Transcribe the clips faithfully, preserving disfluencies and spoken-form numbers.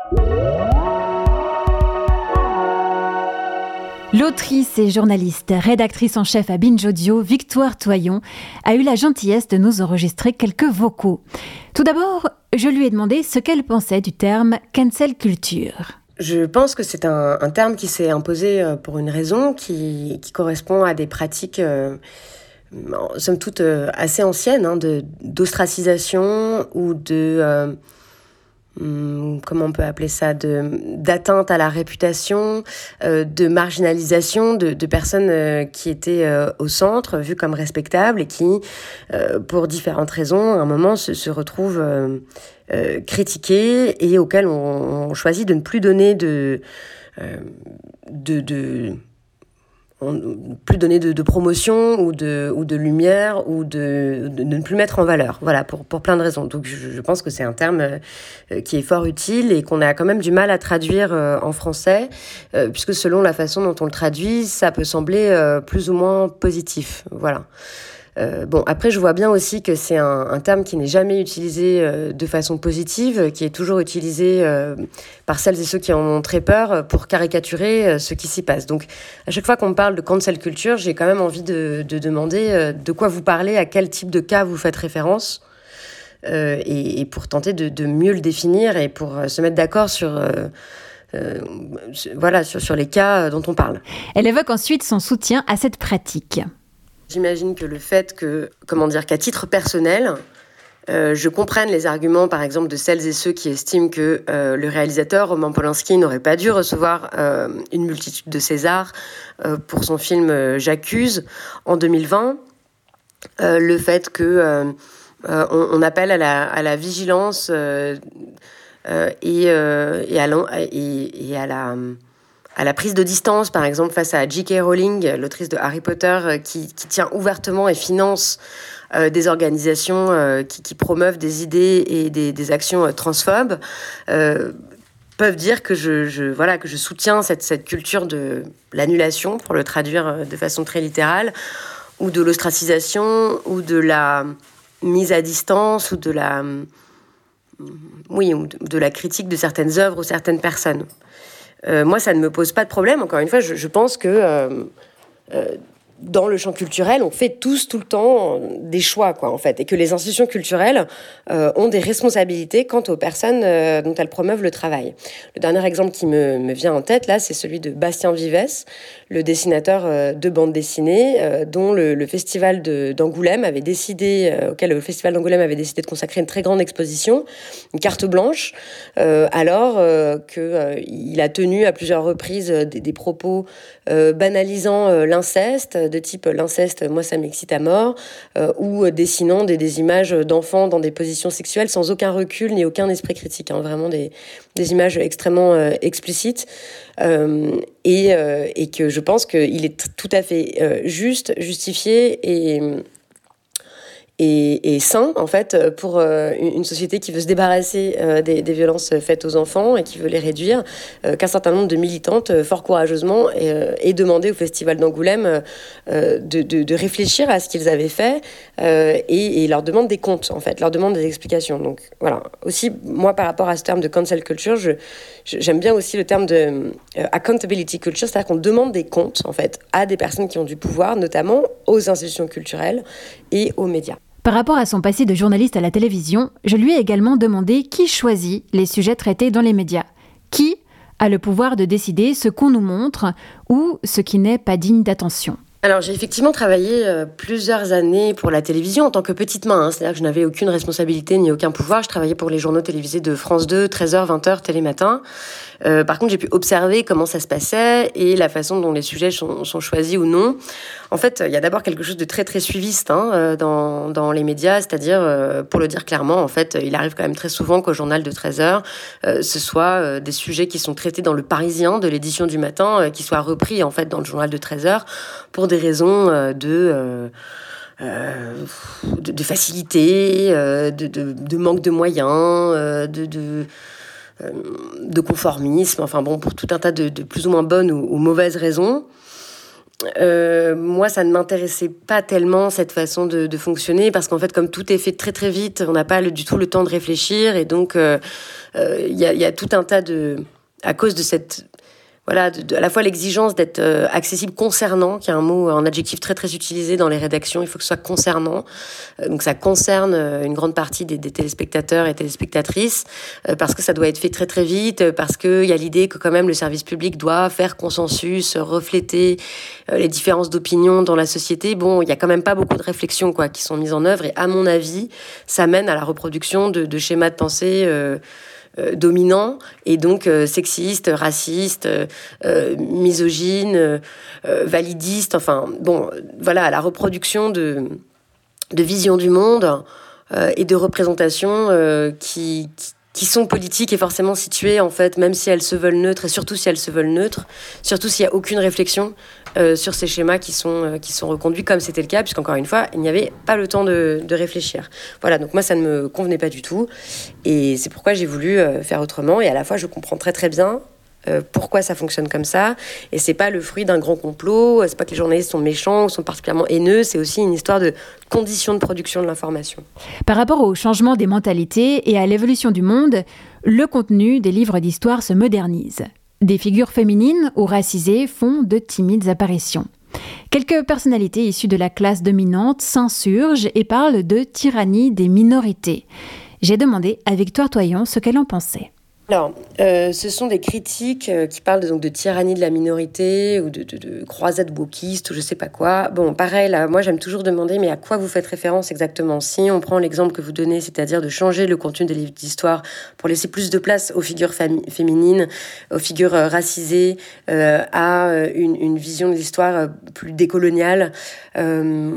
L'autrice et journaliste, rédactrice en chef à Binge Audio, Victoire Toyon, a eu la gentillesse de nous enregistrer quelques vocaux. Tout d'abord, je lui ai demandé ce qu'elle pensait du terme « cancel culture ». Je pense que c'est un, un terme qui s'est imposé pour une raison, qui, qui correspond à des pratiques, euh, somme toute, euh, assez anciennes, hein, de, d'ostracisation ou de... Euh, comment on peut appeler ça, de, d'atteinte à la réputation, euh, de marginalisation de, de personnes euh, qui étaient euh, au centre, vues comme respectables et qui, euh, pour différentes raisons, à un moment se, se retrouvent euh, euh, critiquées et auxquelles on, on choisit de ne plus donner de... Euh, de, de On, plus donner de, de promotion ou de, ou de lumière ou de, de, de ne plus mettre en valeur, voilà, pour, pour plein de raisons. Donc je, je pense que c'est un terme euh, qui est fort utile et qu'on a quand même du mal à traduire euh, en français, euh, puisque selon la façon dont on le traduit, ça peut sembler euh, plus ou moins positif, voilà. Euh, bon, après, je vois bien aussi que c'est un, un terme qui n'est jamais utilisé euh, de façon positive, qui est toujours utilisé euh, par celles et ceux qui en ont très peur pour caricaturer euh, ce qui s'y passe. Donc, à chaque fois qu'on me parle de cancel culture, j'ai quand même envie de, de demander euh, de quoi vous parlez, à quel type de cas vous faites référence, euh, et, et pour tenter de, de mieux le définir et pour euh, se mettre d'accord sur... Euh, Euh, voilà, sur, sur les cas dont on parle. Elle évoque ensuite son soutien à cette pratique. J'imagine que le fait que, comment dire, qu'à titre personnel, euh, je comprenne les arguments, par exemple, de celles et ceux qui estiment que euh, le réalisateur, Roman Polanski, n'aurait pas dû recevoir euh, une multitude de Césars euh, pour son film euh, J'accuse en deux mille vingt. Euh, le fait que euh, euh, on, on appelle à la, à la vigilance euh, euh, et, euh, et, à et, et à la... à la prise de distance, par exemple, face à J K Rowling, l'autrice de Harry Potter, qui, qui tient ouvertement et finance euh, des organisations euh, qui, qui promeuvent des idées et des, des actions euh, transphobes, euh, peuvent dire que je, je, voilà, que je soutiens cette, cette culture de l'annulation, pour le traduire de façon très littérale, ou de l'ostracisation, ou de la mise à distance, ou de la, oui, ou de, de la critique de certaines œuvres ou certaines personnes. Euh, moi, ça ne me pose pas de problème. Encore une fois, je, je pense que euh, euh, dans le champ culturel, on fait tous, tout le temps, des choix, quoi, en fait. Et que les institutions culturelles euh, ont des responsabilités quant aux personnes euh, dont elles promeuvent le travail. Le dernier exemple qui me, me vient en tête, là, c'est celui de Bastien Vivès, le dessinateur euh, de bande dessinée, euh, dont le, le festival de, d'Angoulême avait décidé, euh, auquel le festival d'Angoulême avait décidé de consacrer une très grande exposition, une carte blanche, euh, alors euh, qu'il euh, a tenu à plusieurs reprises euh, des, des propos euh, banalisant euh, l'inceste, de type l'inceste, moi ça m'excite à mort, euh, ou dessinant des, des images d'enfants dans des positions sexuelles sans aucun recul ni aucun esprit critique, hein, vraiment des, des images extrêmement euh, explicites. Euh, et, euh, et que je pense qu'il est t- tout à fait euh, juste, justifié et, et, et sain, en fait, pour euh, une société qui veut se débarrasser euh, des, des violences faites aux enfants et qui veut les réduire, euh, qu'un certain nombre de militantes, euh, fort courageusement, euh, aient demandé au Festival d'Angoulême euh, de, de, de réfléchir à ce qu'ils avaient fait euh, et, et leur demande des comptes, en fait, leur demande des explications. Donc voilà, aussi, moi, par rapport à ce terme de cancel culture, je, je, j'aime bien aussi le terme de euh, accountability culture, c'est-à-dire qu'on demande des comptes, en fait, à des personnes qui ont du pouvoir, notamment aux institutions culturelles et aux médias. Par rapport à son passé de journaliste à la télévision, je lui ai également demandé qui choisit les sujets traités dans les médias. Qui a le pouvoir de décider ce qu'on nous montre ou ce qui n'est pas digne d'attention. Alors, j'ai effectivement travaillé euh, plusieurs années pour la télévision en tant que petite main. Hein. C'est-à-dire que je n'avais aucune responsabilité ni aucun pouvoir. Je travaillais pour les journaux télévisés de France deux, treize heures, vingt heures, Télématin. Euh, par contre, j'ai pu observer comment ça se passait et la façon dont les sujets sont, sont choisis ou non. En fait, il y a d'abord quelque chose de très, très suiviste hein, dans, dans les médias. C'est-à-dire, euh, pour le dire clairement, en fait, il arrive quand même très souvent qu'au journal de treize heures, euh, ce soit euh, des sujets qui sont traités dans le Parisien de l'édition du matin, euh, qui soient repris en fait dans le journal de treize heures pour des raisons euh, de... Euh, Euh, de, de facilité, euh, de, de, de manque de moyens, euh, de, de, euh, de conformisme, enfin bon, pour tout un tas de, de plus ou moins bonnes ou, ou mauvaises raisons. euh, moi, ça ne m'intéressait pas tellement cette façon de, de fonctionner parce qu'en fait, comme tout est fait très très vite, on n'a pas le, du tout le temps de réfléchir et donc il euh, euh, y, a, y a tout un tas de, à cause de cette Voilà, de, de, à la fois l'exigence d'être euh, accessible concernant, qui est un mot, un adjectif très très utilisé dans les rédactions, il faut que ce soit concernant. Euh, donc ça concerne euh, une grande partie des, des téléspectateurs et téléspectatrices, euh, parce que ça doit être fait très très vite, parce qu'il y a l'idée que quand même le service public doit faire consensus, refléter euh, les différences d'opinion dans la société. Bon, il y a quand même pas beaucoup de réflexions quoi, qui sont mises en œuvre, et à mon avis, ça mène à la reproduction de, de schémas de pensée euh, Euh, dominant et donc euh, sexiste, raciste, euh, misogyne, euh, validiste, enfin bon, voilà, la reproduction de, de visions du monde euh, et de représentations euh, qui, qui qui sont politiques et forcément situées, en fait, même si elles se veulent neutres, et surtout si elles se veulent neutres, surtout s'il n'y a aucune réflexion euh, sur ces schémas qui sont, euh, qui sont reconduits, comme c'était le cas, puisqu'encore une fois, il n'y avait pas le temps de, de réfléchir. Voilà, donc moi, ça ne me convenait pas du tout, et c'est pourquoi j'ai voulu euh, faire autrement, et à la fois, je comprends très très bien Euh, pourquoi ça fonctionne comme ça, et c'est pas le fruit d'un grand complot, c'est pas que les journalistes sont méchants ou sont particulièrement haineux, c'est aussi une histoire de conditions de production de l'information. Par rapport au changement des mentalités et à l'évolution du monde, le contenu des livres d'histoire se modernise. Des figures féminines ou racisées font de timides apparitions. Quelques personnalités issues de la classe dominante s'insurgent et parlent de tyrannie des minorités. J'ai demandé à Victoire Toyon ce qu'elle en pensait. Alors, euh, ce sont des critiques euh, qui parlent de, donc, de tyrannie de la minorité ou de, de, de croisade wokiste ou je sais pas quoi. Bon, pareil, là, moi j'aime toujours demander, mais à quoi vous faites référence exactement ? Si on prend l'exemple que vous donnez, c'est-à-dire de changer le contenu des livres d'histoire pour laisser plus de place aux figures fami- féminines, aux figures euh, racisées, euh, à une, une vision de l'histoire euh, plus décoloniale, euh,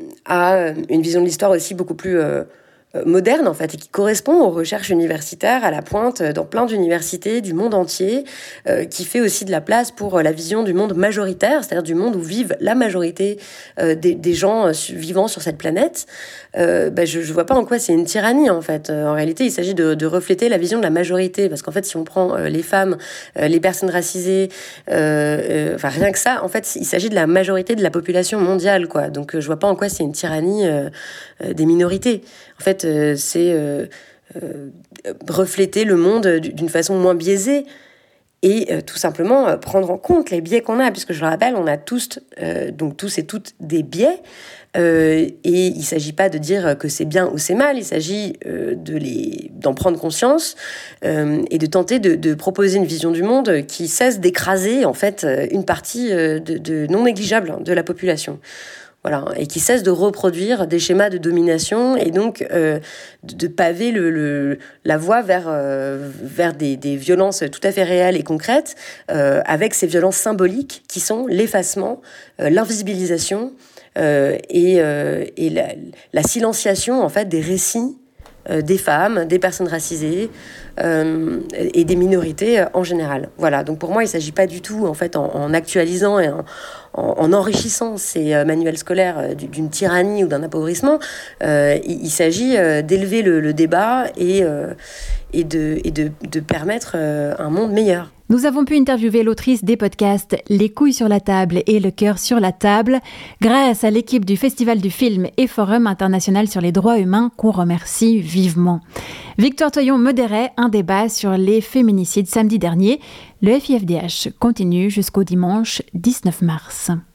à une vision de l'histoire aussi beaucoup plus... Euh, moderne en fait et qui correspond aux recherches universitaires à la pointe dans plein d'universités du monde entier, euh, qui fait aussi de la place pour la vision du monde majoritaire, c'est-à-dire du monde où vivent la majorité euh, des, des gens euh, vivant sur cette planète. Euh, bah, je, je vois pas en quoi c'est une tyrannie en fait. Euh, en réalité, il s'agit de, de refléter la vision de la majorité, parce qu'en fait, si on prend euh, les femmes, euh, les personnes racisées, euh, euh, enfin rien que ça, en fait, il s'agit de la majorité de la population mondiale, quoi. Donc, euh, je vois pas en quoi c'est une tyrannie euh, euh, des minorités. En fait, euh, c'est euh, euh, refléter le monde d'une façon moins biaisée et euh, tout simplement euh, prendre en compte les biais qu'on a, puisque je le rappelle, on a tous, euh, donc tous et toutes des biais, euh, et il ne s'agit pas de dire que c'est bien ou c'est mal, il s'agit euh, de les, d'en prendre conscience euh, et de tenter de, de proposer une vision du monde qui cesse d'écraser en fait une partie de, de non négligeable de la population. Voilà, et qui cesse de reproduire des schémas de domination et donc euh, de, de paver le, le, la voie vers, euh, vers des, des violences tout à fait réelles et concrètes, euh, avec ces violences symboliques qui sont l'effacement, euh, l'invisibilisation euh, et, euh, et la, la silenciation en fait, des récits euh, des femmes, des personnes racisées euh, et des minorités euh, en général. Voilà, donc pour moi, il ne s'agit pas du tout, en fait, en, en actualisant et en, en, en enrichissant ces euh, manuels scolaires euh, d'une tyrannie ou d'un appauvrissement, euh, il, il s'agit euh, d'élever le, le débat et, euh, et, de, et de, de permettre euh, un monde meilleur. Nous avons pu interviewer l'autrice des podcasts Les couilles sur la table et Le cœur sur la table grâce à l'équipe du Festival du film et Forum international sur les droits humains qu'on remercie vivement. Victoire Toyon modérait un débat sur les féminicides samedi dernier. Le F I F D H continue jusqu'au dimanche dix-neuf mars.